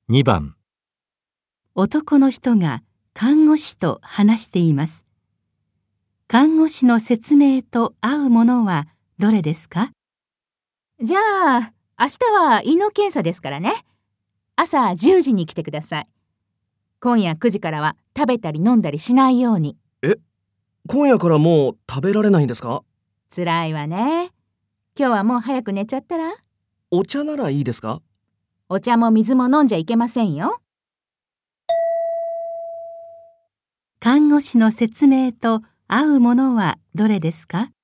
2番、 男の人が看護師と話しています。看護師の説明と合うものはどれですか？ じゃあ、明日は胃の検査ですからね。朝10時に来てください。今夜9時からは食べたり飲んだりしないように。 今夜からもう食べられないんですか？ 辛いわね。今日はもう早く寝ちゃったら？ お茶ならいいですか？ お茶も水も飲んじゃいけませんよ。 看護師の説明と合うものはどれですか？